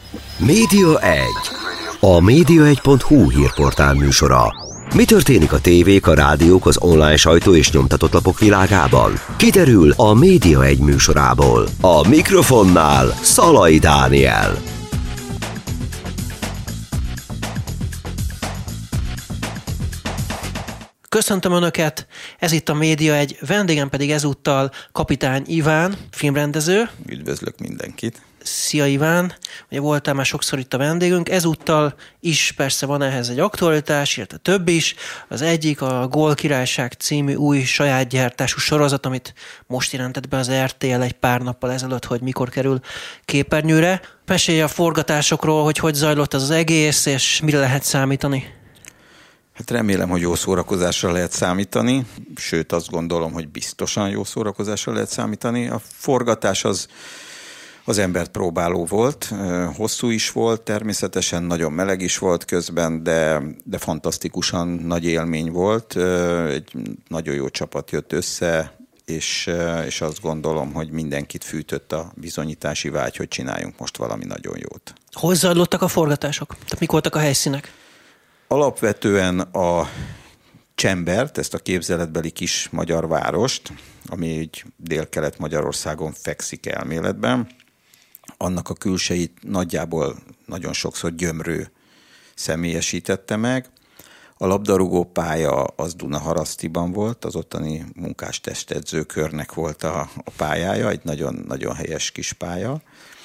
Média 1. A média1.hu hírportál műsora. Mi történik a tévék, a rádiók, az online sajtó és nyomtatott lapok világában? Kiderül a Média 1 műsorából. A mikrofonnál Szalai Dániel. Köszöntöm Önöket, ez itt a Média 1, vendégem pedig ezúttal Kapitány Iván, filmrendező. Üdvözlök mindenkit. Szia Iván, ugye voltál már sokszor itt a vendégünk, ezúttal is persze van ehhez egy aktualitás, illetve több is. Az egyik a Gól Királyság című új saját gyártású sorozat, amit most jelentett be az RTL egy pár nappal ezelőtt, hogy mikor kerül képernyőre. Mesélj a forgatásokról, hogy zajlott az egész, és mire lehet számítani? Hát remélem, hogy jó szórakozásra lehet számítani, sőt azt gondolom, hogy biztosan jó szórakozásra lehet számítani. A forgatás az embert próbáló volt, hosszú is volt, természetesen nagyon meleg is volt közben, de fantasztikusan nagy élmény volt. Egy nagyon jó csapat jött össze, és azt gondolom, hogy mindenkit fűtött a bizonyítási vágy, hogy csináljunk most valami nagyon jót. Hol zajlottak a forgatások? Tehát mik voltak a helyszínek? Alapvetően a Csembert, ezt a képzeletbeli kis magyar várost, ami egy Délkelet-Magyarországon fekszik elméletben, annak a külsejét nagyjából nagyon sokszor Gyömrő személyesítette meg. A labdarúgó pálya az Dunaharasztiban volt, az ottani munkástestedzőkörnek volt a pályája, egy nagyon-nagyon helyes kis pálya.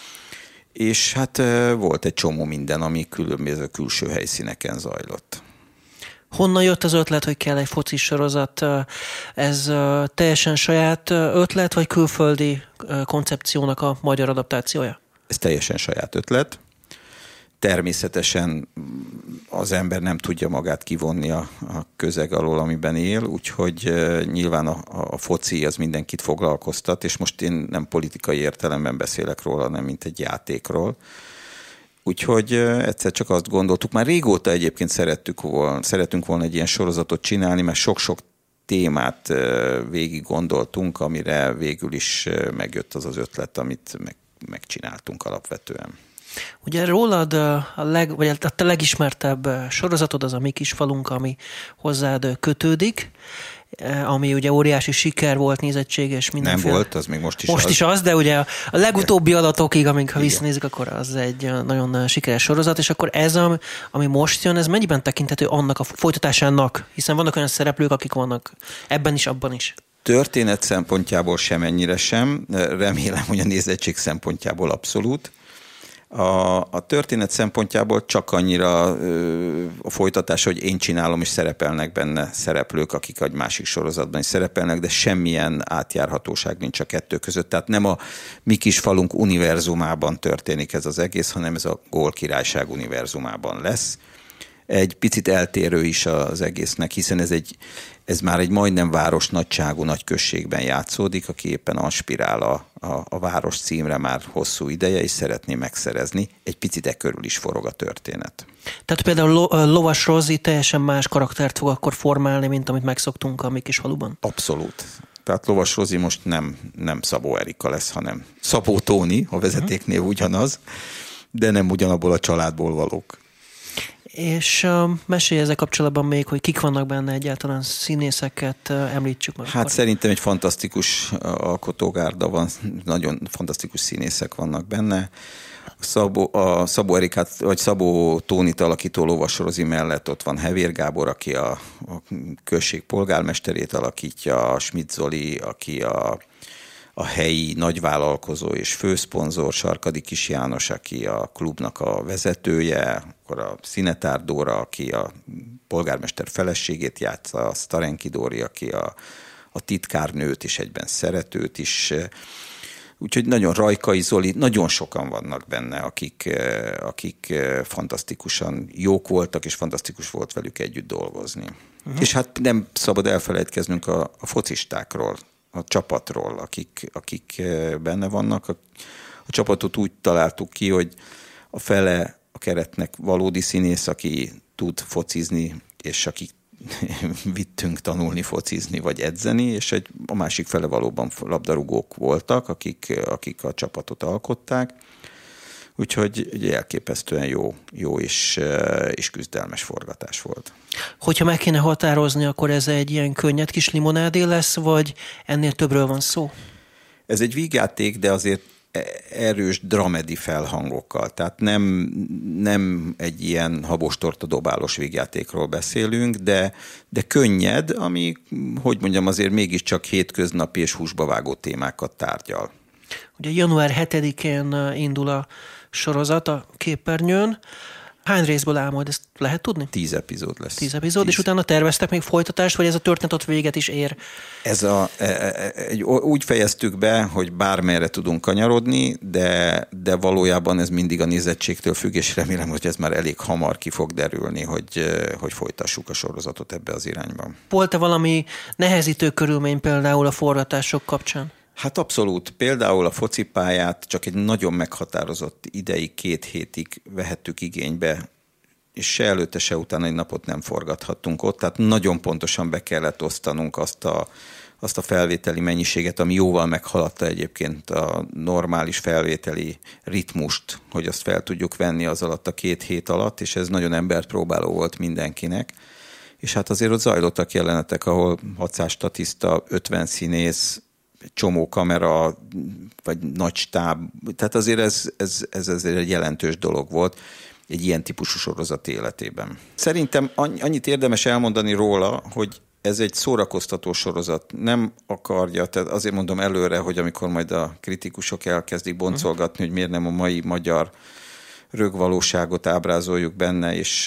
És hát volt egy csomó minden, ami különböző külső helyszíneken zajlott. Honnan jött az ötlet, hogy kell egy foci sorozat? Ez teljesen saját ötlet, vagy külföldi koncepciónak a magyar adaptációja? Ez teljesen saját ötlet. Természetesen az ember nem tudja magát kivonni a közeg alól, amiben él, úgyhogy nyilván a foci az mindenkit foglalkoztat, és most én nem politikai értelemben beszélek róla, hanem mint egy játékról. Úgyhogy egyszer csak azt gondoltuk, már régóta egyébként szeretünk volna egy ilyen sorozatot csinálni, mert sok-sok témát végig gondoltunk, amire végül is megjött az ötlet, amit megcsináltunk alapvetően. Ugye rólad a te legismertebb sorozatod az a Mi kis falunk, ami hozzád kötődik, ami ugye óriási siker volt, nézettség és mindenféle. Nem volt, az még most is most az. Is az, de ugye a legutóbbi adatokig, amíg ha visszanézik, akkor az egy nagyon sikeres sorozat, és akkor ez, ami most jön, ez mennyiben tekinthető annak a folytatásának? Hiszen vannak olyan szereplők, akik vannak ebben is, abban is. Történet szempontjából semennyire sem, remélem, hogy a nézettség szempontjából abszolút. A történet szempontjából csak annyira a folytatás, hogy én csinálom, és szerepelnek benne szereplők, akik egy másik sorozatban is szerepelnek, de semmilyen átjárhatóság nincs a kettő között. Tehát nem a Mi kis falunk univerzumában történik ez az egész, hanem ez a Gól Királyság univerzumában lesz. Egy picit eltérő is az egésznek, hiszen ez már egy majdnem város nagyságú nagy községben játszódik, aki éppen aspirál a város címre már hosszú ideje, és szeretné megszerezni. Egy picit körül is forog a történet. Tehát például Lovas Rozi teljesen más karaktert fog akkor formálni, mint amit megszoktunk a Mi kis faluban? Abszolút. Tehát Lovas Rozi most nem Szabó Erika lesz, hanem Szabó Tóni, a vezetéknév ugyanaz, de nem ugyanabból a családból valók. És mesélj ezzel kapcsolatban még, hogy kik vannak benne egyáltalán, színészeket említsük meg. Hát szerintem egy fantasztikus alkotógárda van, nagyon fantasztikus színészek vannak benne. A Szabó Erikát, vagy Szabó Tónit alakító Lovas Rozi mellett ott van Hevér Gábor, aki a község polgármesterét alakítja, Schmidt Zoli, aki a helyi nagyvállalkozó és főszponzor, Sarkadi Kis János, aki a klubnak a vezetője, akkor a Szinetár Dóra, aki a polgármester feleségét játsza, Sztarenki Dóri, aki a titkárnőt és egyben szeretőt is. Úgyhogy nagyon Rajkai Zoli, nagyon sokan vannak benne, akik fantasztikusan jók voltak, és fantasztikus volt velük együtt dolgozni. És hát nem szabad elfelejtkeznünk a focistákról, a csapatról, akik benne vannak. A csapatot úgy találtuk ki, hogy a fele a keretnek valódi színész, aki tud focizni, és akik vittünk tanulni focizni vagy edzeni, és a másik fele valóban labdarúgók voltak, akik a csapatot alkották. Úgyhogy ugye elképesztően jó és küzdelmes forgatás volt. Hogyha meg kéne határozni, akkor ez egy ilyen könnyed kis limonádé lesz, vagy ennél többről van szó? Ez egy vígjáték, de azért erős dramedi felhangokkal. Tehát nem egy ilyen habostorta dobálós vígjátékról beszélünk, de könnyed, ami, hogy mondjam, azért mégiscsak hétköznapi és húsba vágó témákat tárgyal. Ugye január 7-én indul a sorozat a képernyőn. Hány részből áll majd, ezt lehet tudni? 10 epizód lesz. 10 epizód, és utána terveztek még folytatást, vagy ez a történet ott véget is ér? Úgy fejeztük be, hogy bármerre tudunk kanyarodni, de valójában ez mindig a nézettségtől függ, és remélem, hogy ez már elég hamar ki fog derülni, hogy folytassuk a sorozatot ebbe az irányban. Volt-e valami nehezítő körülmény például a forgatások kapcsán? Hát abszolút. Például a focipályát csak egy nagyon meghatározott ideig, 2 hétig vehettük igénybe, és se előtte, se utána egy napot nem forgathattunk ott, tehát nagyon pontosan be kellett osztanunk azt a felvételi mennyiséget, ami jóval meghaladta egyébként a normális felvételi ritmust, hogy azt fel tudjuk venni az alatt a 2 hét alatt, és ez nagyon emberpróbáló volt mindenkinek. És hát azért ott zajlottak jelenetek, ahol 600 statiszta, 50 színész, csomó kamera, vagy nagy stáb, tehát azért ez azért egy jelentős dolog volt egy ilyen típusú sorozat életében. Szerintem annyit érdemes elmondani róla, hogy ez egy szórakoztató sorozat. Nem akarja, tehát azért mondom előre, hogy amikor majd a kritikusok elkezdik boncolgatni, hogy miért nem a mai magyar rögvalóságot ábrázoljuk benne, és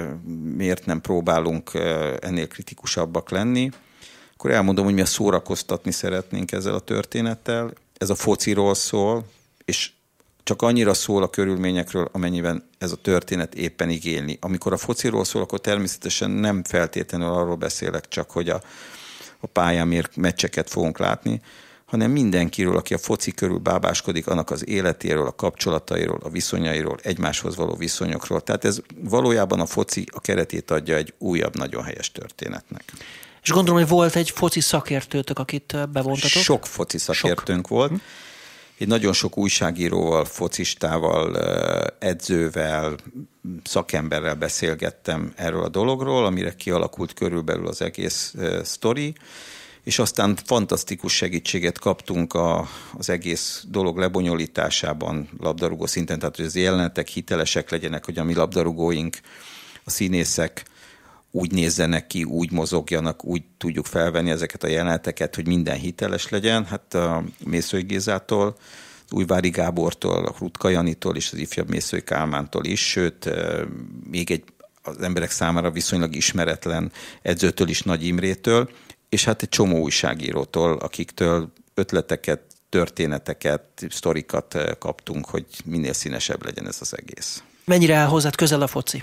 miért nem próbálunk ennél kritikusabbak lenni, akkor elmondom, hogy mi a szórakoztatni szeretnénk ezzel a történettel. Ez a fociról szól, és csak annyira szól a körülményekről, amennyiben ez a történet éppen igényli. Amikor a fociról szól, akkor természetesen nem feltétlenül arról beszélek csak, hogy a pályán miért meccseket fogunk látni, hanem mindenkiről, aki a foci körül bábáskodik, annak az életéről, a kapcsolatairól, a viszonyairól, egymáshoz való viszonyokról. Tehát ez valójában a foci a keretét adja egy újabb, nagyon helyes történetnek. És gondolom, hogy volt egy foci szakértőtök, akit bevontatok? Sok foci szakértőnk volt. Egy nagyon sok újságíróval, focistával, edzővel, szakemberrel beszélgettem erről a dologról, amire kialakult körülbelül az egész sztori, és aztán fantasztikus segítséget kaptunk az egész dolog lebonyolításában labdarúgó szinten, tehát hogy az jelenetek hitelesek legyenek, hogy a mi labdarúgóink, a színészek úgy nézzenek ki, úgy mozogjanak, úgy tudjuk felvenni ezeket a jeleneteket, hogy minden hiteles legyen. Hát a Mészöly Gézától, Újvári Gábortól, a Rutka Janitól és az ifjabb Mészöly Kálmántól is, sőt, még az emberek számára viszonylag ismeretlen edzőtől is, Nagy Imrétől, és hát egy csomó újságírótól, akiktől ötleteket, történeteket, sztorikat kaptunk, hogy minél színesebb legyen ez az egész. Mennyire áll hozzád közel a foci?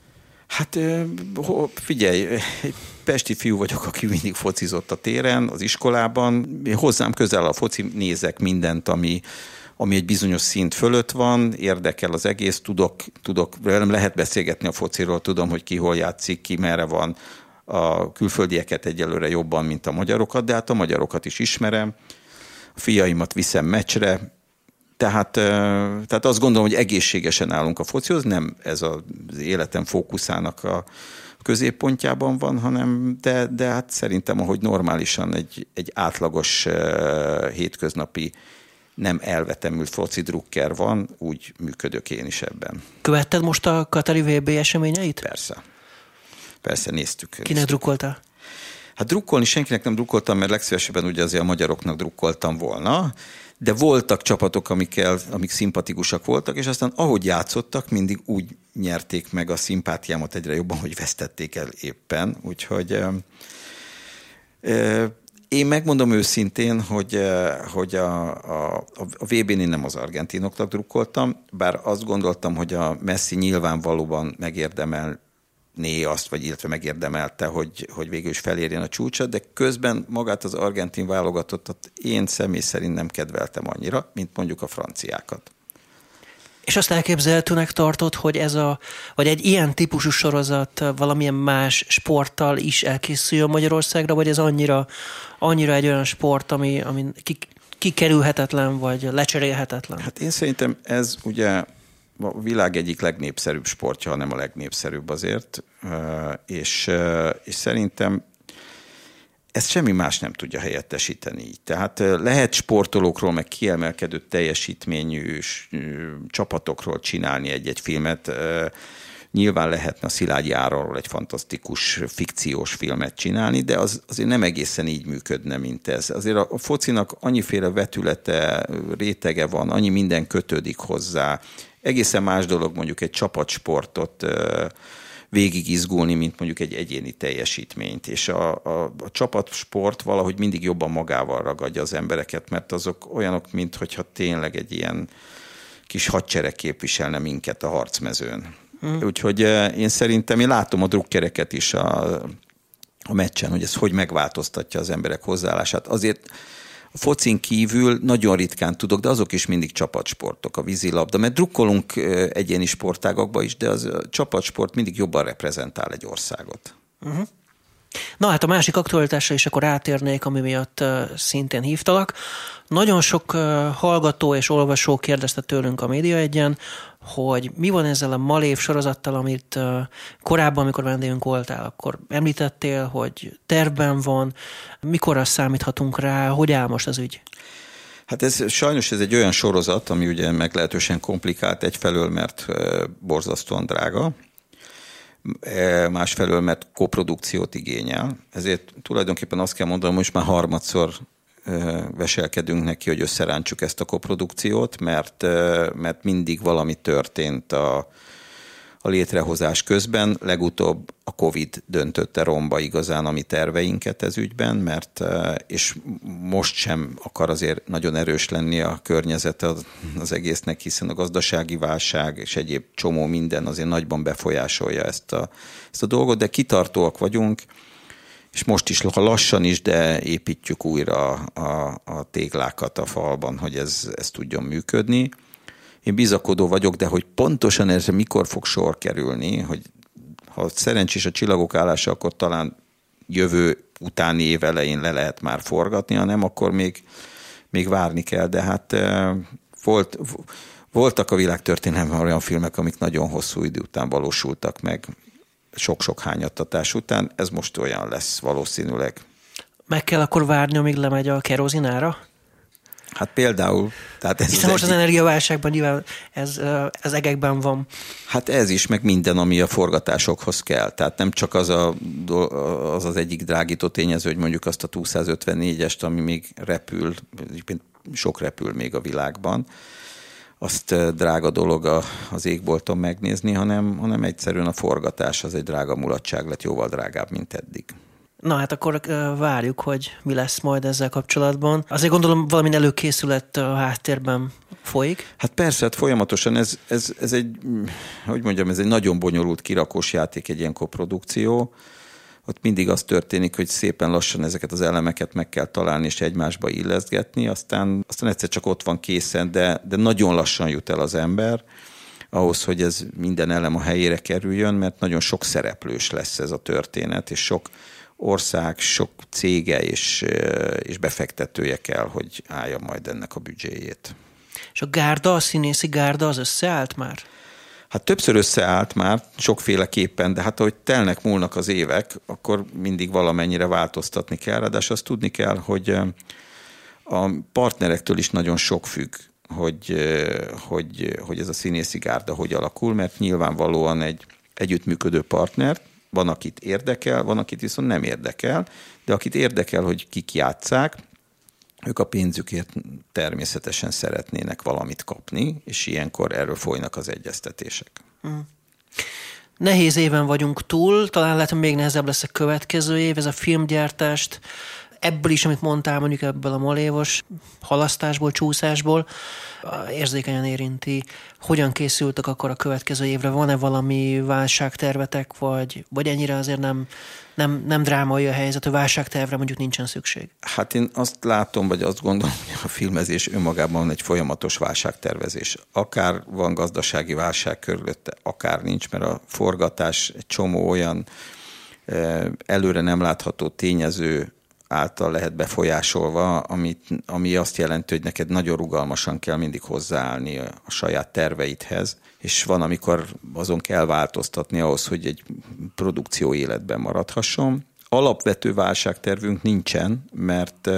Hát figyelj, egy pesti fiú vagyok, aki mindig focizott a téren, az iskolában. Hozzám közel a foci, nézek mindent, ami egy bizonyos szint fölött van, érdekel az egész, tudok, velem lehet beszélgetni a fociról, tudom, hogy ki hol játszik, ki merre van, a külföldieket egyelőre jobban, mint a magyarokat, de hát a magyarokat is ismerem, a fiaimat viszem meccsre, tehát azt gondolom, hogy egészségesen állunk a focihoz, nem ez az életem fókuszának a középpontjában van, hanem de hát szerintem, ahogy normálisan egy átlagos hétköznapi nem elvetemült foci drukker van, úgy működök én is ebben. Követted most a katari VB eseményeit? Persze néztük. Kinek drukkoltál? Hát drukkolni senkinek nem drukkoltam, mert legszívesebben ugye azért a magyaroknak drukkoltam volna, de voltak csapatok, amik szimpatikusak voltak, és aztán ahogy játszottak, mindig úgy nyerték meg a szimpátiámat egyre jobban, hogy vesztették el éppen. Úgyhogy én megmondom őszintén, hogy a VB-n én nem az argentinoknak drukkoltam, bár azt gondoltam, hogy a Messi nyilvánvalóan megérdemelné azt, illetve megérdemelte, hogy végül is felérjen a csúcsot, de közben magát az argentin válogatottat én személy szerint nem kedveltem annyira, mint mondjuk a franciákat. És azt elképzelhetőnek tartod, hogy vagy egy ilyen típusú sorozat valamilyen más sporttal is elkészüljön Magyarországra, vagy ez annyira egy olyan sport, ami kikerülhetetlen, vagy lecserélhetetlen? Hát én szerintem ez ugye a világ egyik legnépszerűbb sportja, hanem a legnépszerűbb azért, és szerintem ezt semmi más nem tudja helyettesíteni így. Tehát lehet sportolókról, meg kiemelkedő teljesítményű csapatokról csinálni egy-egy filmet. Nyilván lehetne a Szilágyi Áronról egy fantasztikus fikciós filmet csinálni, de az azért nem egészen így működne, mint ez. Azért a focinak annyiféle vetülete, rétege van, annyi minden kötődik hozzá. Egészen más dolog mondjuk egy csapatsportot végig izgulni, mint mondjuk egy egyéni teljesítményt. És a csapatsport valahogy mindig jobban magával ragadja az embereket, mert azok olyanok, minthogyha tényleg egy ilyen kis hadsereg képviselne minket a harcmezőn. Úgyhogy én szerintem, én látom a drukkereket is a meccsen, hogy ez hogy megváltoztatja az emberek hozzáállását. Azért a focin kívül nagyon ritkán tudok, de azok is mindig csapatsportok, a vízilabda, mert drukkolunk egyéni sportágakba is, de a csapatsport mindig jobban reprezentál egy országot. Uh-huh. Na hát a másik aktualitásra is akkor átérnék, ami miatt szintén hívtalak. Nagyon sok hallgató és olvasó kérdezte tőlünk a Média Egyen, hogy mi van ezzel a Malév sorozattal, amit korábban, amikor vendégünk voltál, akkor említettél, hogy tervben van, mikorra számíthatunk rá, hogy áll most az ügy? Hát sajnos ez egy olyan sorozat, ami ugye meglehetősen komplikált egyfelől, mert borzasztóan drága, másfelől, mert koprodukciót igényel. Ezért tulajdonképpen azt kell mondanom, most már harmadszor veselkedünk neki, hogy összerántsuk ezt a koprodukciót, mert mindig valami történt a létrehozás közben. Legutóbb a Covid döntötte romba igazán a mi terveinket ez ügyben, és most sem akar azért nagyon erős lenni a környezet az egésznek, hiszen a gazdasági válság és egyéb csomó minden azért nagyban befolyásolja ezt a dolgot, de kitartóak vagyunk, és most is lassan is, de építjük újra a téglákat a falban, hogy ez tudjon működni. Én bizakodó vagyok, de hogy pontosan erre mikor fog sor kerülni, hogy ha szerencsés a Csillagok állása, akkor talán jövő utáni év elején le lehet már forgatni, ha nem, akkor még várni kell, de hát voltak a világtörténelemben olyan filmek, amik nagyon hosszú idő után valósultak meg, sok-sok hányattatás után, ez most olyan lesz valószínűleg. Meg kell akkor várni, amíg lemegy a kerozinára? Hát például... Hiszen most az energiaválságban nyilván ez egekben van. Hát ez is, meg minden, ami a forgatásokhoz kell. Tehát nem csak az egyik drágító tényező, hogy mondjuk azt a TU-154-est, ami még repül, sok repül még a világban, azt drága dolog az égbolton megnézni, hanem egyszerűen a forgatás az egy drága mulatság lett, jóval drágább, mint eddig. Na hát akkor várjuk, hogy mi lesz majd ezzel kapcsolatban. Azért gondolom valamin előkészület a háttérben folyik. Hát persze, hát folyamatosan ez egy, hogy mondjam, ez egy nagyon bonyolult kirakós játék, egy ilyen koprodukció. Ott mindig az történik, hogy szépen lassan ezeket az elemeket meg kell találni és egymásba illeszgetni, aztán egyszer csak ott van készen, de nagyon lassan jut el az ember ahhoz, hogy ez minden elem a helyére kerüljön, mert nagyon sok szereplős lesz ez a történet, és sok ország, sok cége és befektetője kell, hogy állja majd ennek a büdzséjét. És a gárda, a színészi gárda az összeállt már? Hát többször összeállt már, sokféleképpen, de hát ahogy múlnak az évek, akkor mindig valamennyire változtatni kell. Ráadásul azt tudni kell, hogy a partnerektől is nagyon sok függ, hogy ez a színészi gárda hogy alakul, mert nyilvánvalóan egy együttműködő partner, van, akit érdekel, van, akit viszont nem érdekel, de akit érdekel, hogy kik játsszák, ők a pénzükért természetesen szeretnének valamit kapni, és ilyenkor erről folynak az egyeztetések. Nehéz éven vagyunk túl, talán lehet, hogy még nehezebb lesz a következő év, ez a filmgyártást, ebből is, amit mondtál, mondjuk ebből a malévos halasztásból, csúszásból, érzékenyen érinti. Hogyan készültek akkor a következő évre? Van-e valami válságtervetek, vagy ennyire azért nem drámai a helyzet, hogy válságtervre mondjuk nincsen szükség? Hát én azt látom, vagy azt gondolom, hogy a filmezés önmagában egy folyamatos válságtervezés. Akár van gazdasági válság körülötte, akár nincs, mert a forgatás egy csomó olyan előre nem látható tényező által lehet befolyásolva, ami azt jelenti, hogy neked nagyon rugalmasan kell mindig hozzáállni a saját terveidhez, és van, amikor azon kell változtatni ahhoz, hogy egy produkció életben maradhasson. Alapvető válságtervünk nincsen, mert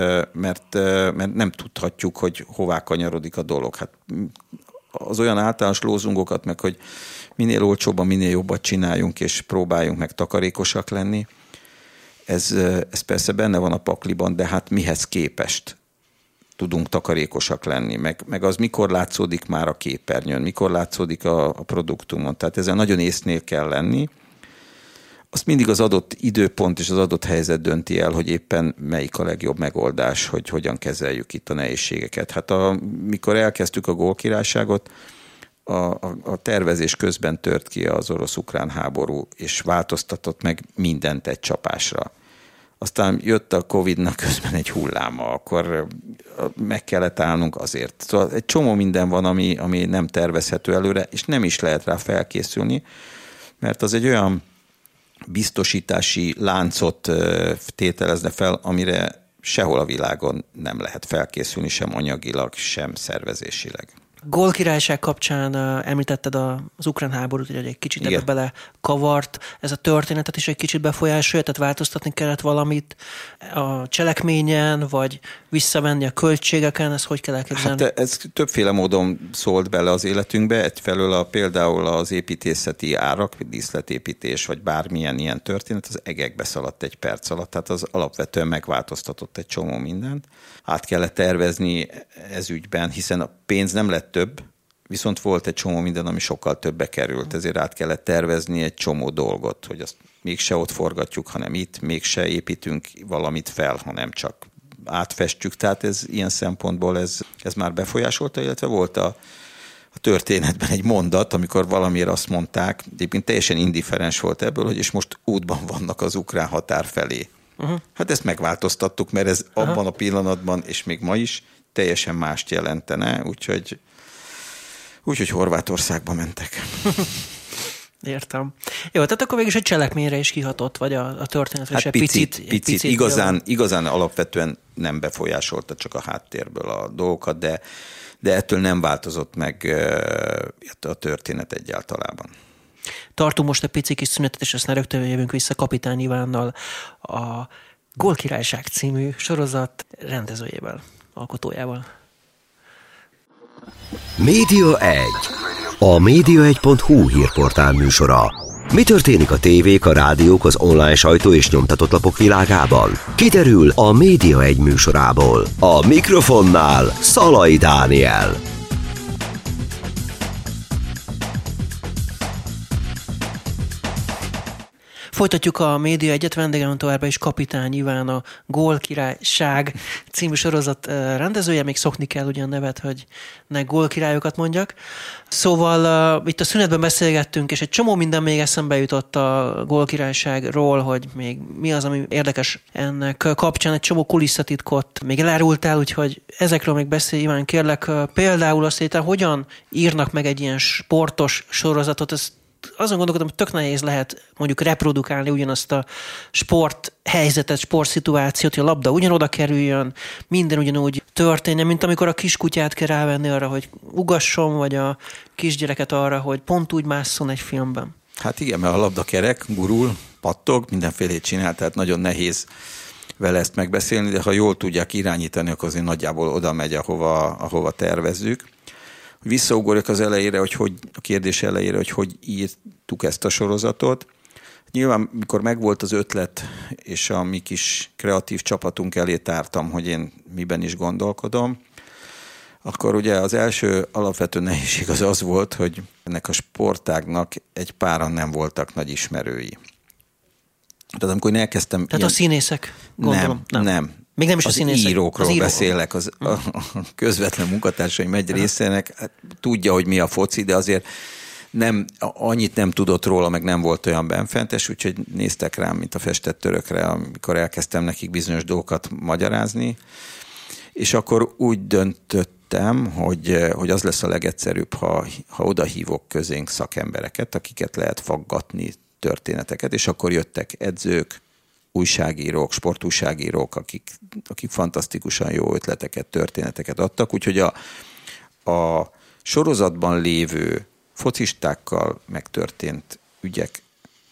nem tudhatjuk, hogy hová kanyarodik a dolog. Hát az olyan általános lózungokat meg, hogy minél olcsóbban, minél jobbat csináljunk, és próbáljunk meg takarékosak lenni, ez persze benne van a pakliban, de hát mihez képest tudunk takarékosak lenni, meg az mikor látszódik már a képernyőn, mikor látszódik a produktumon. Tehát ezen nagyon észnél kell lenni. Azt mindig az adott időpont és az adott helyzet dönti el, hogy éppen melyik a legjobb megoldás, hogy hogyan kezeljük itt a nehézségeket. Hát mikor elkezdtük a Gólkirályságot, a tervezés közben tört ki az orosz-ukrán háború, és változtatott meg mindent egy csapásra. Aztán jött a Covid-nak közben egy hulláma, akkor meg kellett állnunk azért. Szóval egy csomó minden van, ami nem tervezhető előre, és nem is lehet rá felkészülni, mert az egy olyan biztosítási láncot tételezne fel, amire sehol a világon nem lehet felkészülni, sem anyagilag, sem szervezésileg. Gólkirályság kapcsán említetted az ukrán háborút, hogy egy kicsit ebbe bele kavart, ez a történetet is egy kicsit befolyásolja, tehát változtatni kellett valamit a cselekményen, vagy visszavenni a költségeken, ezt hogy kell elképzelni? Hát ez többféle módon szólt bele az életünkbe, egyfelől például az építészeti árak, díszletépítés, vagy bármilyen ilyen történet, az egekbe szaladt egy perc alatt, tehát az alapvetően megváltoztatott egy csomó mindent. Át kellett tervezni ez ügyben, hiszen a pénz nem lett több, viszont volt egy csomó minden, ami sokkal többe került, ezért át kellett tervezni egy csomó dolgot, hogy azt mégse ott forgatjuk, hanem itt, mégse építünk valamit fel, hanem csak átfestjük, tehát ez ilyen szempontból ez már befolyásolta, illetve volt a történetben egy mondat, amikor valamiért azt mondták, egyébként teljesen indifferens volt ebből, hogy és most útban vannak az ukrán határ felé. Hát ezt megváltoztattuk, mert ez abban a pillanatban, és még ma is teljesen mást jelentene, úgyhogy Horvátországba mentek. Értem. Jó, tehát akkor végül is egy cselekményre is kihatott, vagy a történetre is hát egy picit. Igazán alapvetően nem befolyásolta csak a háttérből a dolgokat, de ettől nem változott meg a történet egyáltalában. Tartunk most egy pici kis szünetet, és aztán rögtön jövünk vissza Kapitány Ivánnal, a Gólkirályság című sorozat rendezőjével, alkotójával. Média 1. A média1.hu hírportál műsora. Mi történik a tévék, a rádiók, az online sajtó és nyomtatott lapok világában? Kiderül a Média 1 műsorából. A mikrofonnál Szalai Dániel. Folytatjuk a Média 1-et, vendégem továbbá is Kapitány Iván, a Gólkirályság című sorozat rendezője. Még szokni kell ugyan nevet, hogy ne gólkirályokat mondjak. Szóval itt a szünetben beszélgettünk, és egy csomó minden még eszembe jutott a Gólkirályságról, hogy még mi az, ami érdekes ennek kapcsán. Egy csomó kulisszatitkot még elárultál, úgyhogy ezekről még beszélj, Iván, kérlek. Például azt hiszem, hogyan írnak meg egy ilyen sportos sorozatot, ezt azon gondolkodom, hogy tök nehéz lehet mondjuk reprodukálni ugyanazt a sporthelyzetet, sportszituációt, hogy a labda ugyanoda kerüljön, minden ugyanúgy történjen, mint amikor a kiskutyát kell rávenni arra, hogy ugasson, vagy a kisgyereket arra, hogy pont úgy másszon egy filmben. Hát igen, mert a labda kerek, gurul, pattog, mindenfélét csinál, tehát nagyon nehéz vele ezt megbeszélni, de ha jól tudják irányítani, akkor azért nagyjából oda megy, ahova tervezzük. Visszaugorjak az elejére, a kérdés elejére, hogy írtuk ezt a sorozatot. Nyilván, mikor megvolt az ötlet, és a mi kis kreatív csapatunk elé tártam, hogy én miben is gondolkodom, akkor ugye az első alapvető nehézség az volt, hogy ennek a sportágnak egy páran nem voltak nagy ismerői. Tehát amikor én elkezdtem... Tehát a színészek, gondolom. Nem. Még nem is a színészek. Írókról beszélek, a közvetlen munkatársaim egy részének hát, tudja, hogy mi a foci, de azért annyit nem tudott róla, meg nem volt olyan benfentes, úgyhogy néztek rám, mint a festett törökre, amikor elkezdtem nekik bizonyos dolgokat magyarázni, és akkor úgy döntöttem, hogy az lesz a legegyszerűbb, ha oda hívok közénk szakembereket, akiket lehet faggatni, történeteket, és akkor jöttek edzők, újságírók, sportújságírók, akik fantasztikusan jó ötleteket, történeteket adtak, úgyhogy a sorozatban lévő focistákkal megtörtént ügyek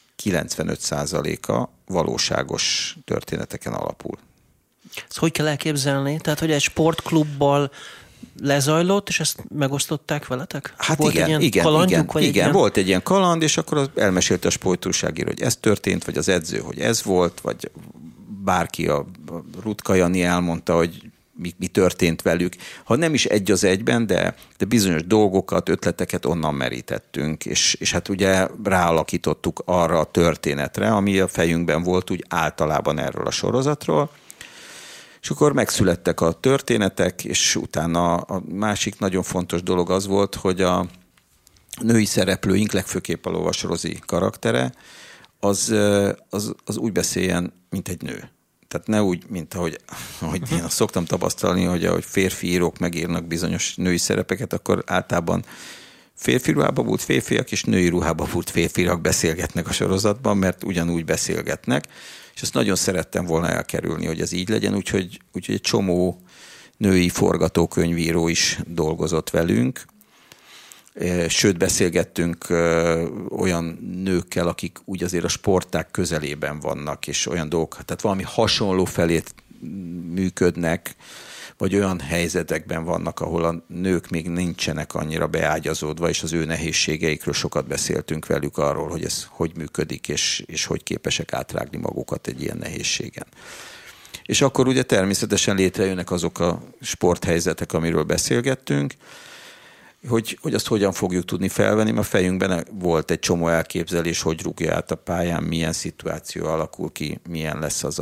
95%-a valóságos történeteken alapul. Ezt hogy kell elképzelni? Tehát, hogy egy sportklubbal lezajlott, és ezt megosztották veletek? Hát volt igen, volt egy ilyen kaland, és akkor elmesélte a sportújságíró, hogy ez történt, vagy az edző, hogy ez volt, vagy bárki, a Rutka Jani elmondta, hogy mi történt velük. Ha nem is egy az egyben, de bizonyos dolgokat, ötleteket onnan merítettünk, és hát ugye ráalakítottuk arra a történetre, ami a fejünkben volt úgy általában erről a sorozatról. És akkor megszülettek a történetek, és utána a másik nagyon fontos dolog az volt, hogy a női szereplőink, legfőképp a Lovas Rozi karaktere, az úgy beszéljen, mint egy nő. Tehát ne úgy, mint ahogy én azt szoktam tapasztalni, hogy ahogy férfi írók megírnak bizonyos női szerepeket, akkor általában férfi ruhában volt férfiak, és női ruhában volt férfiak beszélgetnek a sorozatban, mert ugyanúgy beszélgetnek, és ezt nagyon szerettem volna elkerülni, hogy ez így legyen, úgyhogy egy csomó női forgatókönyvíró is dolgozott velünk, sőt beszélgettünk olyan nőkkel, akik úgy azért a sportág közelében vannak, és olyan dolgok, tehát valami hasonló felét működnek, vagy olyan helyzetekben vannak, ahol a nők még nincsenek annyira beágyazódva, és az ő nehézségeikről sokat beszéltünk velük arról, hogy ez hogy működik, és hogy képesek átrágni magukat egy ilyen nehézségen. És akkor ugye természetesen létrejönnek azok a sporthelyzetek, amiről beszélgettünk, hogy azt hogyan fogjuk tudni felvenni, mert a fejünkben volt egy csomó elképzelés, hogy rúgja át a pályán, milyen szituáció alakul ki, milyen lesz az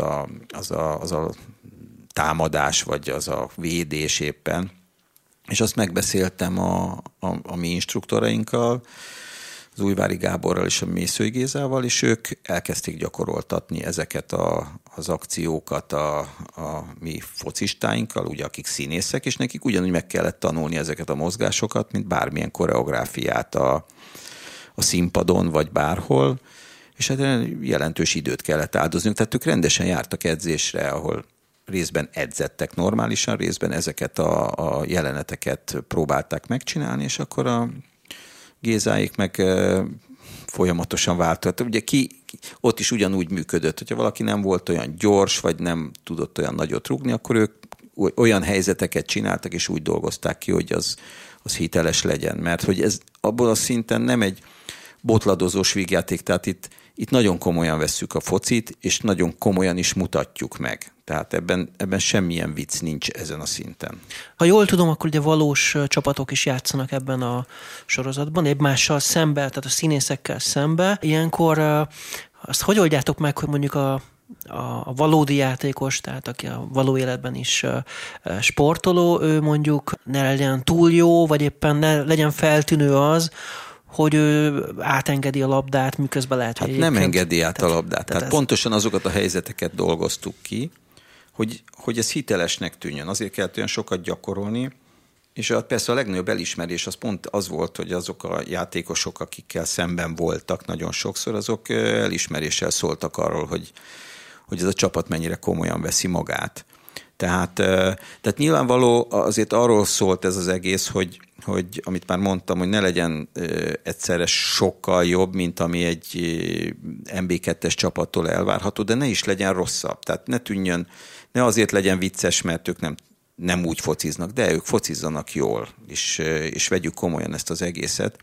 a támadás, vagy az a védés éppen. És azt megbeszéltem a mi instruktorainkkal, az Újvári Gáborral és a Mészői Gézával, és ők elkezdték gyakoroltatni ezeket az akciókat a mi focistáinkkal, ugye akik színészek, és nekik ugyanúgy meg kellett tanulni ezeket a mozgásokat, mint bármilyen koreográfiát a színpadon, vagy bárhol, és hát jelentős időt kellett áldozniuk. Tehát ők rendesen jártak edzésre, ahol részben edzettek normálisan, részben ezeket a jeleneteket próbálták megcsinálni, és akkor a Gézáik meg folyamatosan váltott. Ugye ott is ugyanúgy működött, hogyha valaki nem volt olyan gyors, vagy nem tudott olyan nagyot rúgni, akkor ők olyan helyzeteket csináltak, és úgy dolgozták ki, hogy az hiteles legyen. Mert hogy ez abból a szinten nem egy botladozós vígjáték, tehát itt nagyon komolyan vesszük a focit, és nagyon komolyan is mutatjuk meg. Tehát ebben semmilyen vicc nincs ezen a szinten. Ha jól tudom, akkor ugye valós csapatok is játszanak ebben a sorozatban, egymással szembe, tehát a színészekkel szembe. Ilyenkor azt hogy oldjátok meg, hogy mondjuk a valódi játékos, tehát aki a való életben is sportoló, ő mondjuk ne legyen túl jó, vagy éppen ne legyen feltűnő az, hogy ő átengedi a labdát, miközben lehet, hogy nem engedi át a labdát. Tehát pontosan azokat a helyzeteket dolgoztuk ki, hogy ez hitelesnek tűnjön. Azért kellett olyan sokat gyakorolni, és persze a legnagyobb elismerés az pont az volt, hogy azok a játékosok, akikkel szemben voltak nagyon sokszor, azok elismeréssel szóltak arról, hogy ez a csapat mennyire komolyan veszi magát. Tehát nyilvánvaló azért arról szólt ez az egész, hogy amit már mondtam, hogy ne legyen egyszerre sokkal jobb, mint ami egy MB2-es csapattól elvárható, de ne is legyen rosszabb. Tehát ne azért legyen vicces, mert ők nem úgy fociznak, de ők focizzanak jól, és vegyük komolyan ezt az egészet.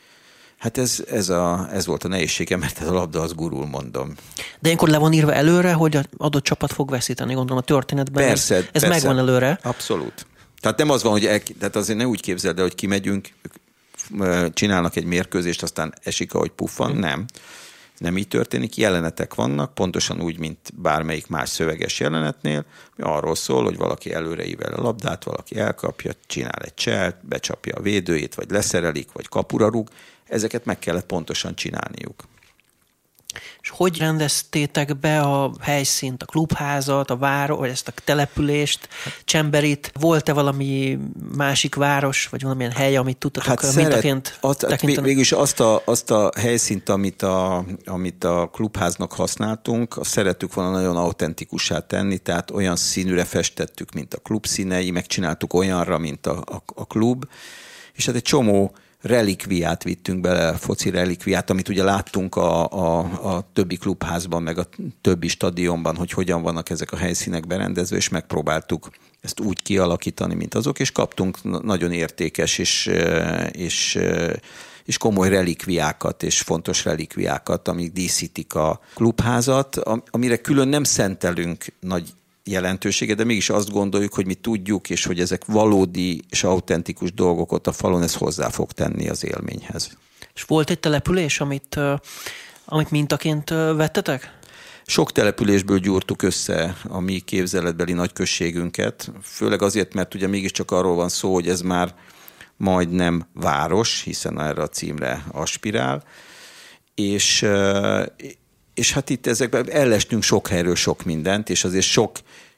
Hát ez volt a nehézsége, mert ez a labda az gurul, mondom. De ilyenkor le van írva előre, hogy az adott csapat fog veszíteni, gondolom a történetben. Persze. Megvan előre. Abszolút. Tehát nem az van, tehát azért ne úgy képzeld el, hogy kimegyünk, csinálnak egy mérkőzést, aztán esik, ahogy puffan. Nem így történik. Jelenetek vannak, pontosan úgy, mint bármelyik más szöveges jelenetnél, ami arról szól, hogy valaki előre ível a labdát, valaki elkapja, csinál egy cselt, becsapja a védőjét, vagy leszerelik, vagy kapura rúg. Ezeket meg kellett pontosan csinálniuk. És hogy rendeztétek be a helyszínt, a klubházat, a város, vagy ezt a települést, Csemberit? Volt-e valami másik város, vagy valamilyen hely, amit tudtatok mintaként tekinteni? Végülis azt a helyszínt, amit a klubháznak használtunk, azt szerettük volna nagyon autentikussá tenni, tehát olyan színűre festettük, mint a klub színei, megcsináltuk olyanra, mint a klub, és hát egy csomó relikviát vittünk bele, foci relikviát, amit ugye láttunk a többi klubházban, meg a többi stadionban, hogy hogyan vannak ezek a helyszínek berendezve, és megpróbáltuk ezt úgy kialakítani, mint azok, és kaptunk nagyon értékes és komoly relikviákat, és fontos relikviákat, amik díszítik a klubházat, amire külön nem szentelünk nagy jelentősége, de mégis azt gondoljuk, hogy mi tudjuk, és hogy ezek valódi és autentikus dolgok ott a falon, ez hozzá fog tenni az élményhez. És volt egy település, amit mintaként vettetek? Sok településből gyúrtuk össze a mi képzeletbeli nagyközségünket, főleg azért, mert ugye mégiscsak arról van szó, hogy ez már majdnem város, hiszen erre a címre aspirál, és hát itt ezekben ellestünk sok helyről sok mindent, és azért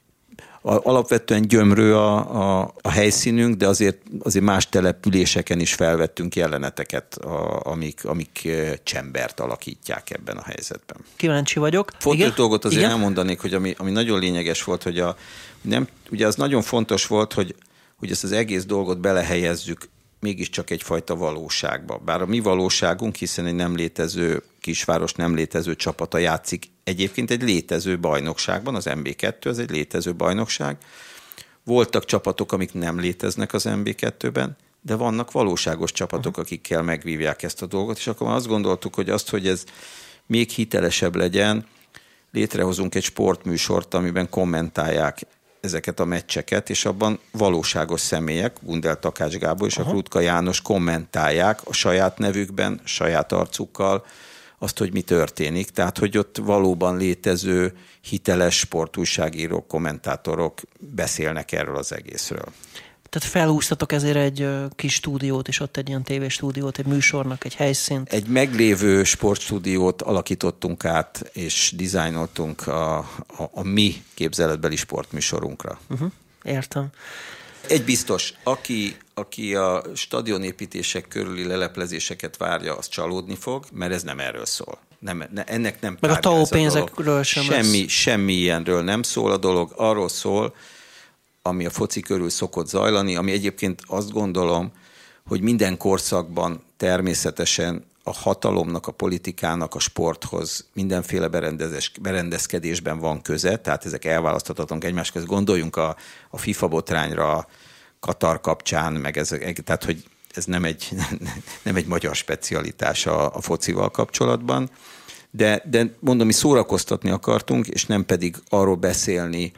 alapvetően gyömrő a helyszínünk, de azért más településeken is felvettünk jeleneteket, amik csembert alakítják ebben a helyzetben. Kíváncsi vagyok. Fontos dolgot azért elmondanék, hogy ami nagyon lényeges volt, hogy ugye az nagyon fontos volt, hogy ezt az egész dolgot belehelyezzük mégiscsak egyfajta valóságba. Bár a mi valóságunk, hiszen egy nem létező kisváros, nem létező csapata játszik egyébként egy létező bajnokságban, az MB2, ez egy létező bajnokság. Voltak csapatok, amik nem léteznek az MB2-ben, de vannak valóságos csapatok, akikkel megvívják ezt a dolgot, és akkor azt gondoltuk, hogy ez még hitelesebb legyen, létrehozunk egy sportműsort, amiben kommentálják ezeket a meccseket, és abban valóságos személyek, Gundel Takács Gábor és a Krutka János kommentálják a saját nevükben, saját arcukkal azt, hogy mi történik. Tehát, hogy ott valóban létező hiteles sportújságírók, kommentátorok beszélnek erről az egészről. Tehát felhúztatok ezért egy kis stúdiót, és ott egy ilyen tévéstúdiót, egy műsornak, egy helyszínt. Egy meglévő sportstúdiót alakítottunk át, és dizájnoltunk a mi képzeletbeli sportműsorunkra. Értem. Egy biztos, aki a stadionépítések körüli leleplezéseket várja, az csalódni fog, mert ez nem erről szól. Ennek nem meg a TAO pénzekről sem semmi ilyenről nem szól a dolog, arról szól, ami a foci körül szokott zajlani, ami egyébként azt gondolom, hogy minden korszakban természetesen a hatalomnak, a politikának, a sporthoz mindenféle berendezkedésben van köze, tehát ezek elválaszthatatlanok egymás között. Gondoljunk a FIFA botrányra, Katar kapcsán, meg tehát hogy ez nem egy magyar specialitás a focival kapcsolatban, de mondom, mi szórakoztatni akartunk, és nem pedig arról beszélni,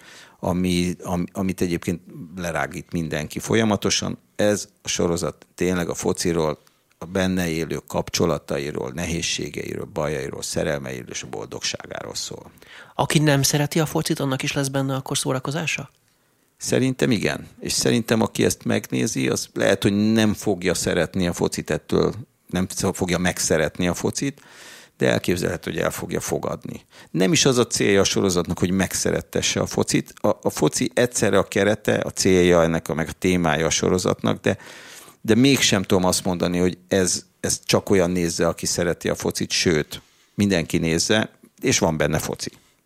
amit egyébként lerágít mindenki folyamatosan. Ez a sorozat tényleg a fociról, a benne élő kapcsolatairól, nehézségeiről, bajairól, szerelmeiről és a boldogságáról szól. Aki nem szereti a focit, annak is lesz benne akkor szórakozása? Szerintem igen. És szerintem aki ezt megnézi, az lehet, hogy nem fogja szeretni a focit ettől, nem fogja megszeretni a focit, de elképzelhető, hogy el fogja fogadni. Nem is az a célja a sorozatnak, hogy megszerettesse a focit. A foci egyszerre a kerete, a célja ennek, meg a témája a sorozatnak, de mégsem tudom azt mondani, hogy ez csak olyan nézze, aki szereti a focit, sőt, mindenki nézze, és van benne foci.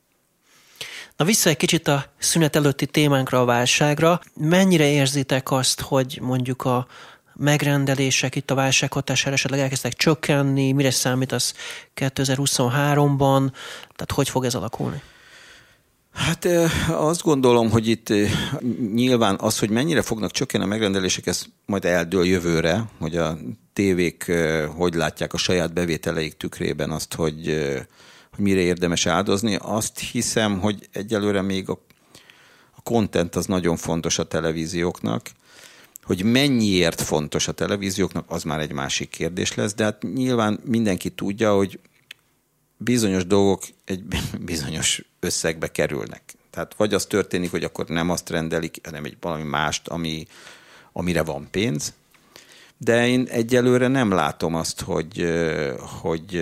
Na vissza egy kicsit a szünet előtti témánkra, a válságra. Mennyire érzitek azt, hogy mondjuk a megrendelések itt a válság hatására esetleg elkezdtek csökkenni, mire számítasz 2023-ban, tehát hogy fog ez alakulni? Hát azt gondolom, hogy itt nyilván az, hogy mennyire fognak csökkenni a megrendelések, ez majd eldől jövőre, hogy a tévék hogy látják a saját bevételeik tükrében azt, hogy mire érdemes áldozni. Azt hiszem, hogy egyelőre még a content az nagyon fontos a televízióknak. Hogy mennyiért fontos a televízióknak, az már egy másik kérdés lesz, de hát nyilván mindenki tudja, hogy bizonyos dolgok egy bizonyos összegbe kerülnek. Tehát vagy az történik, hogy akkor nem azt rendelik, hanem valami mást, amire van pénz. De én egyelőre nem látom azt, hogy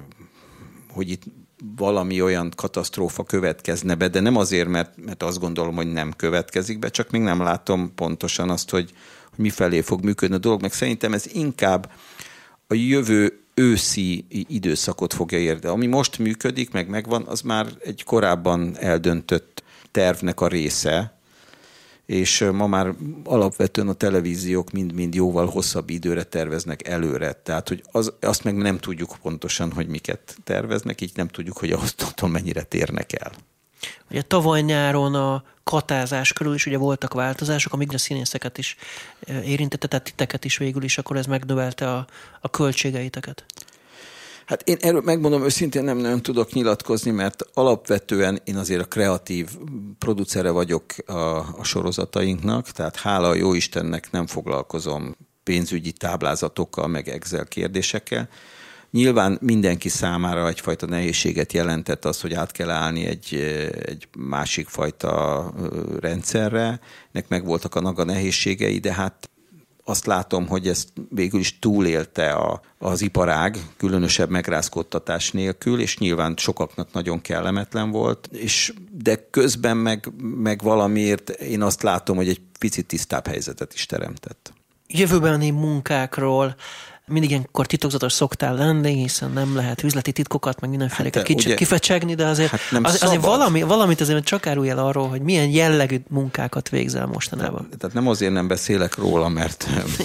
itt valami olyan katasztrófa következne be, de nem azért, mert azt gondolom, hogy nem következik be, csak még nem látom pontosan azt, hogy mifelé fog működni a dolog, meg szerintem ez inkább a jövő őszi időszakot fogja érni. Ami most működik, megvan, az már egy korábban eldöntött tervnek a része, és ma már alapvetően a televíziók mind-mind jóval hosszabb időre terveznek előre. Tehát, hogy azt meg nem tudjuk pontosan, hogy miket terveznek, így nem tudjuk, hogy attól mennyire térnek el. Ugye tavaly nyáron a katázás körül is ugye voltak változások, amik a színészeket is érintette, tehát titeket is végül is, akkor ez megnövelte a költségeiteket. Hát én erről megmondom őszintén nem nagyon tudok nyilatkozni, mert alapvetően én azért a kreatív producere vagyok a sorozatainknak, tehát hála a jóistennek nem foglalkozom pénzügyi táblázatokkal, meg Excel kérdésekkel. Nyilván mindenki számára egyfajta nehézséget jelentett az, hogy át kell állni egy másik fajta rendszerre. Nek megvoltak annak a nehézségei, de hát azt látom, hogy ezt végül is túlélte az iparág, különösebb megrázkódtatás nélkül, és nyilván sokaknak nagyon kellemetlen volt, de közben meg valamiért én azt látom, hogy egy picit tisztább helyzetet is teremtett. Jövőbeni munkákról mindig ilyenkor titokzatos szoktál lenni, hiszen nem lehet üzleti titkokat, meg mindenféléket kicsit kifecsegni, de azért, azért valamit azért csak árulj el arról, hogy milyen jellegű munkákat végzel mostanában. Tehát nem azért nem beszélek róla, mert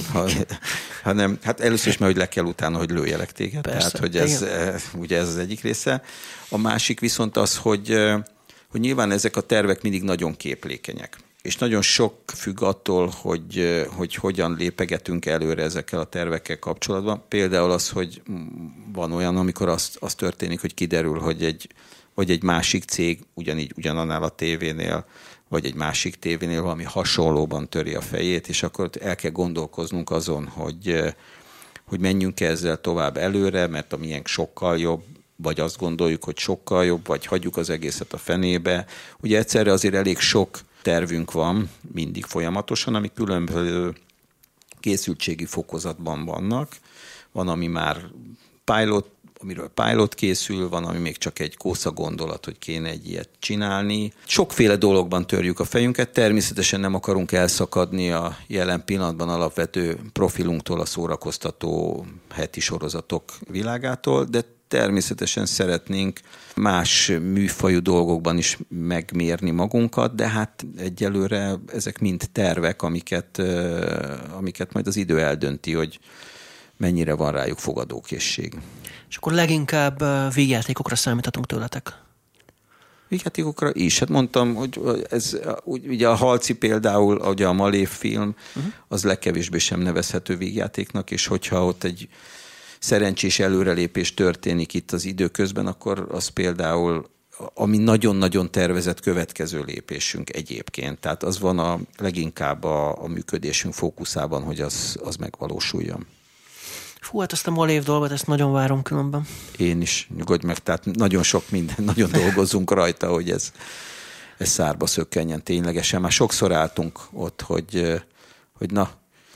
hanem hát először is, mert hogy le kell utána, hogy lőjelek téged. Persze, tehát, hogy ugye ez az egyik része. A másik viszont az, hogy nyilván ezek a tervek mindig nagyon képlékenyek. És nagyon sok függ attól, hogy hogyan lépegetünk előre ezekkel a tervekkel kapcsolatban. Például az, hogy van olyan, amikor az történik, hogy kiderül, hogy egy másik cég ugyanannál a tévénél, vagy egy másik tévénél valami hasonlóban töri a fejét, és akkor el kell gondolkoznunk azon, hogy menjünk ezzel tovább előre, mert a miénk sokkal jobb, vagy azt gondoljuk, hogy sokkal jobb, vagy hagyjuk az egészet a fenébe. Ugye egyszerre azért elég sok tervünk van mindig folyamatosan, ami különböző készültségi fokozatban vannak. Van, ami már amiről pilot készül, van, ami még csak egy kósza gondolat, hogy kéne egy ilyet csinálni. Sokféle dologban törjük a fejünket, természetesen nem akarunk elszakadni a jelen pillanatban alapvető profilunktól, a szórakoztató heti sorozatok világától, de természetesen szeretnénk más műfajú dolgokban is megmérni magunkat, de hát egyelőre ezek mind tervek, amiket majd az idő eldönti, hogy mennyire van rájuk fogadókészség. És akkor leginkább vígjátékokra számíthatunk tőletek? Vígjátékokra is. Hát mondtam, hogy ez ugye a Halci például, ugye a Malév film, az legkevésbé sem nevezhető vígjátéknak, és hogyha ott egy szerencsés előrelépés történik itt az időközben, akkor az például, ami nagyon-nagyon tervezett következő lépésünk egyébként. Tehát az van leginkább a működésünk fókuszában, hogy az megvalósuljon. Fú, hát ezt a Malév dolgot, ezt nagyon várom különben. Én is, nyugodj meg, tehát nagyon sok minden, nagyon dolgozunk rajta, hogy ez szárba szökkenjen ténylegesen. Már sokszor álltunk ott, hogy na,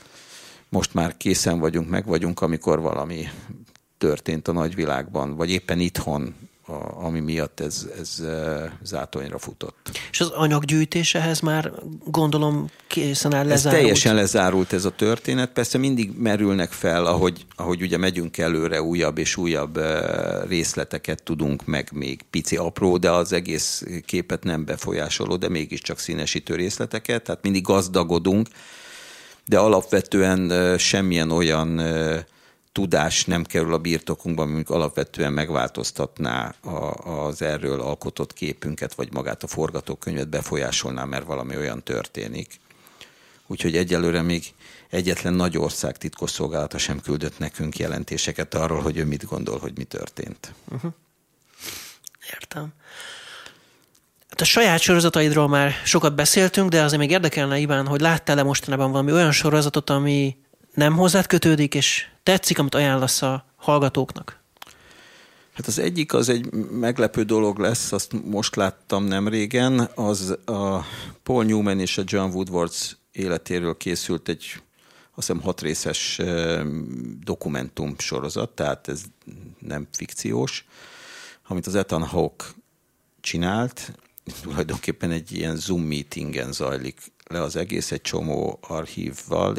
most már készen vagyunk, meg vagyunk, amikor valami történt a nagyvilágban, vagy éppen itthon, ami miatt ez zátonyra futott. És az anyaggyűjtésehez már gondolom készen áll lezárult? Ez teljesen lezárult ez a történet. Persze mindig merülnek fel, ahogy ugye megyünk előre, újabb és újabb részleteket tudunk, meg még pici apró, de az egész képet nem befolyásoló, de mégiscsak színesítő részleteket, tehát mindig gazdagodunk, de alapvetően semmilyen olyan tudás nem kerül a birtokunkba, amik alapvetően megváltoztatná az erről alkotott képünket, vagy magát a forgatókönyvet befolyásolná, mert valami olyan történik. Úgyhogy egyelőre még egyetlen nagy ország titkosszolgálata sem küldött nekünk jelentéseket arról, hogy ő mit gondol, hogy mi történt. Értem. Hát a saját sorozataidról már sokat beszéltünk, de azért még érdekelne, Iván, hogy láttál-e mostanában valami olyan sorozatot, ami nem hozzád kötődik, és tetszik, amit ajánlasz a hallgatóknak? Hát az egyik, az egy meglepő dolog lesz, azt most láttam nem régen, az a Paul Newman és a John Woodward életéről készült egy, azt hiszem 6 részes dokumentum sorozat, tehát ez nem fikciós, amit az Ethan Hawke csinált, tulajdonképpen egy ilyen Zoom meetingen zajlik le az egész, egy csomó archívval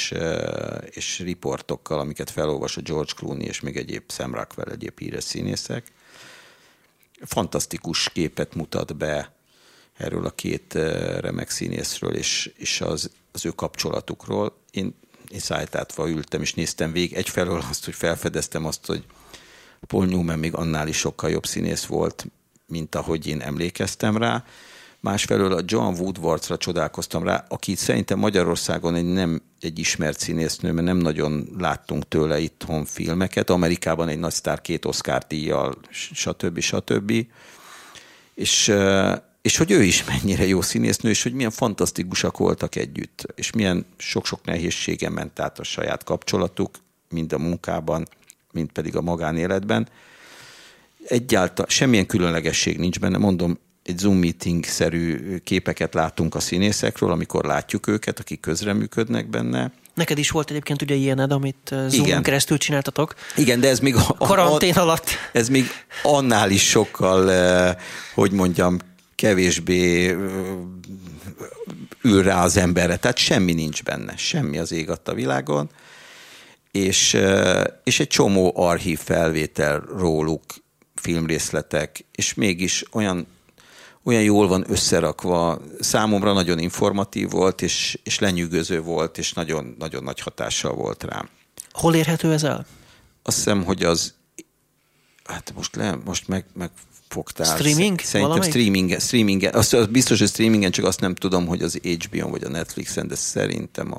és riportokkal, amiket felolvas a George Clooney és még egyéb Sam Rockwell, egyéb híres színészek. Fantasztikus képet mutat be erről a két remek színészről, és az ő kapcsolatukról. Én szájtátva ültem, és néztem végig. Egyfelől azt, hogy felfedeztem azt, hogy Paul Newman még annál is sokkal jobb színész volt, mint ahogy én emlékeztem rá. Másfelől a Joan Woodwardra csodálkoztam rá, aki szerintem Magyarországon nem egy ismert színésznő, mert nem nagyon láttunk tőle itthon filmeket. Amerikában egy nagy sztár, 2 Oscar-díjjal, stb. És hogy ő is mennyire jó színésznő, és hogy milyen fantasztikusak voltak együtt, és milyen sok-sok nehézségen ment át a saját kapcsolatuk, mind a munkában, mind pedig a magánéletben. Egyáltalán semmilyen különlegesség nincs benne, mondom, egy Zoom meeting-szerű képeket látunk a színészekről, amikor látjuk őket, akik közreműködnek benne. Neked is volt egyébként ugye ilyened, amit Zoom-on keresztül csináltatok. Igen, de ez még karantén alatt. Ez még annál is sokkal, hogy mondjam, kevésbé ül rá az emberre. Tehát semmi nincs benne, semmi az ég adta világon. És egy csomó archív felvétel róluk, filmrészletek, és mégis olyan jól van összerakva, számomra nagyon informatív volt, és lenyűgöző volt, és nagyon, nagyon nagy hatással volt rám. Hol érhető ez el? Azt hiszem, hogy hát most megfogtál. Streaming? Szerintem streamingen. Az biztos, hogy streamingen, csak azt nem tudom, hogy az HBO-n vagy a Netflixen, de szerintem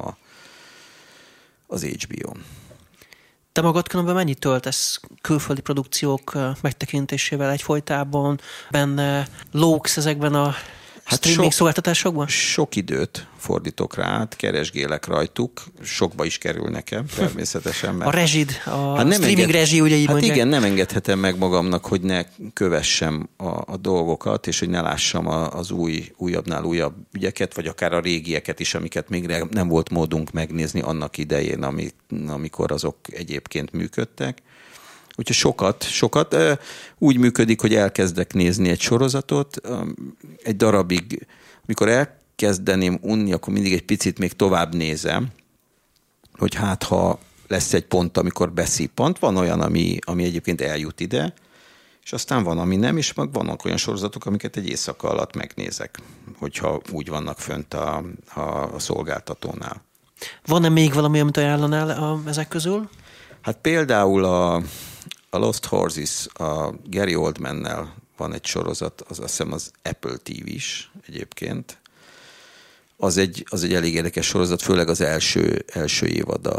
az HBO-n. Te magad különben mennyit töltesz külföldi produkciók megtekintésével egyfolytában, benne lógsz ezekben a streaming szolgáltatásokban? Sok időt fordítok rá, keresgélek rajtuk, sokba is kerül nekem természetesen. Mert a rezsid, streaming rezsi, ugye így mondják. Igen, nem engedhetem meg magamnak, hogy ne kövessem a dolgokat, és hogy ne lássam az újabbnál újabb ügyeket, vagy akár a régieket is, amiket még nem volt módunk megnézni annak idején, amikor azok egyébként működtek. Úgyhogy sokat úgy működik, hogy elkezdek nézni egy sorozatot, egy darabig, amikor elkezdeném unni, akkor mindig egy picit még tovább nézem, hogy hát ha lesz egy pont, amikor beszippant, van olyan, ami egyébként eljut ide, és aztán van, ami nem, és meg vannak olyan sorozatok, amiket egy éjszaka alatt megnézek, hogyha úgy vannak fönt a szolgáltatónál. Van-e még valami, amit ajánlanál ezek közül? Hát például a Lost Horses, a Gary Oldmannel van egy sorozat, azt hiszem az Apple TV-s egyébként. Az egy elég érdekes sorozat, főleg az első évada,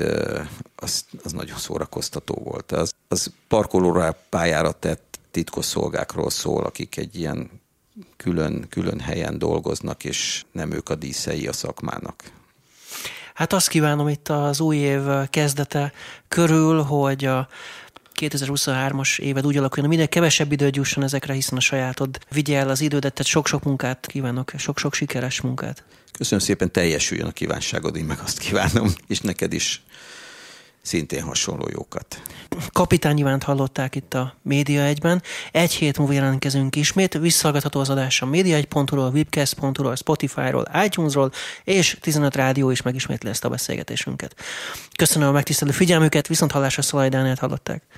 az nagyon szórakoztató volt. Az parkolóra pályára tett titkosszolgákról szól, akik egy ilyen külön helyen dolgoznak, és nem ők a díszei a szakmának. Hát azt kívánom itt az új év kezdete körül, hogy a 2023-as éved úgy alakuljon, minél kevesebb időt jusson ezekre, hiszen a sajátod vigye el az idődet, tehát sok-sok munkát kívánok, sok-sok sikeres munkát. Köszönöm szépen, teljesüljön a kívánságod, én meg azt kívánom, és neked is szintén hasonló jókat. Kapitány Ivánt hallották itt a Média 1-ben. Egy hét múlva jelentkezünk ismét. Visszahallgatható az adás a média1.hu-ról, webcast.hu-ról, Spotify-ról, iTunes-ról, és 15 rádió is megismétli ezt a beszélgetésünket. Köszönöm a megtisztelő figyelmüket, viszont hallásra Szalai Dánielt hallották.